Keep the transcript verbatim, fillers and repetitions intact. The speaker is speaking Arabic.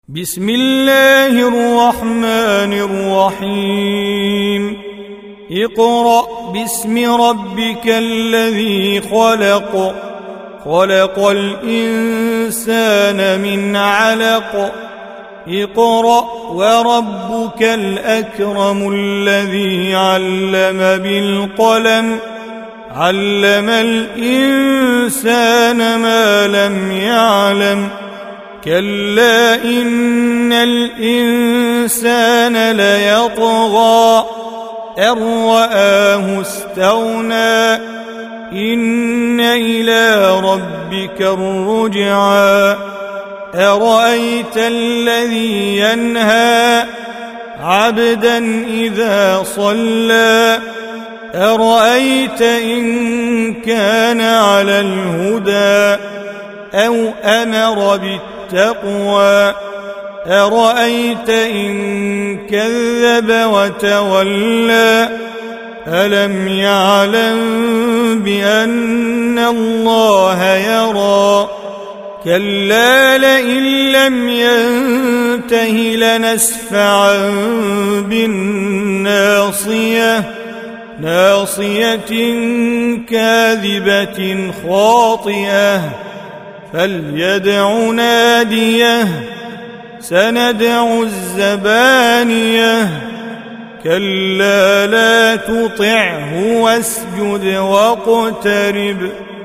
بسم الله الرحمن الرحيم اقرأ باسم ربك الذي خلق خلق الإنسان من علق اقرأ وربك الأكرم الذي علم بالقلم علم الإنسان ما لم يعلم كلا إن الإنسان ليطغى أن رآه استغنى إن إلى ربك الرجعى أرأيت الذي ينهى عبدا إذا صلى أرأيت إن كان على الهدى أو أمر بالتقوى أرأيت إن كذب وتولى ألم يعلم بأن الله يرى كلا لئن لم ينته لنسفعا بالناصية ناصية كاذبة خاطئة فليدع ناديه سندع الزبانية كلا لا تطعه واسجد واقترب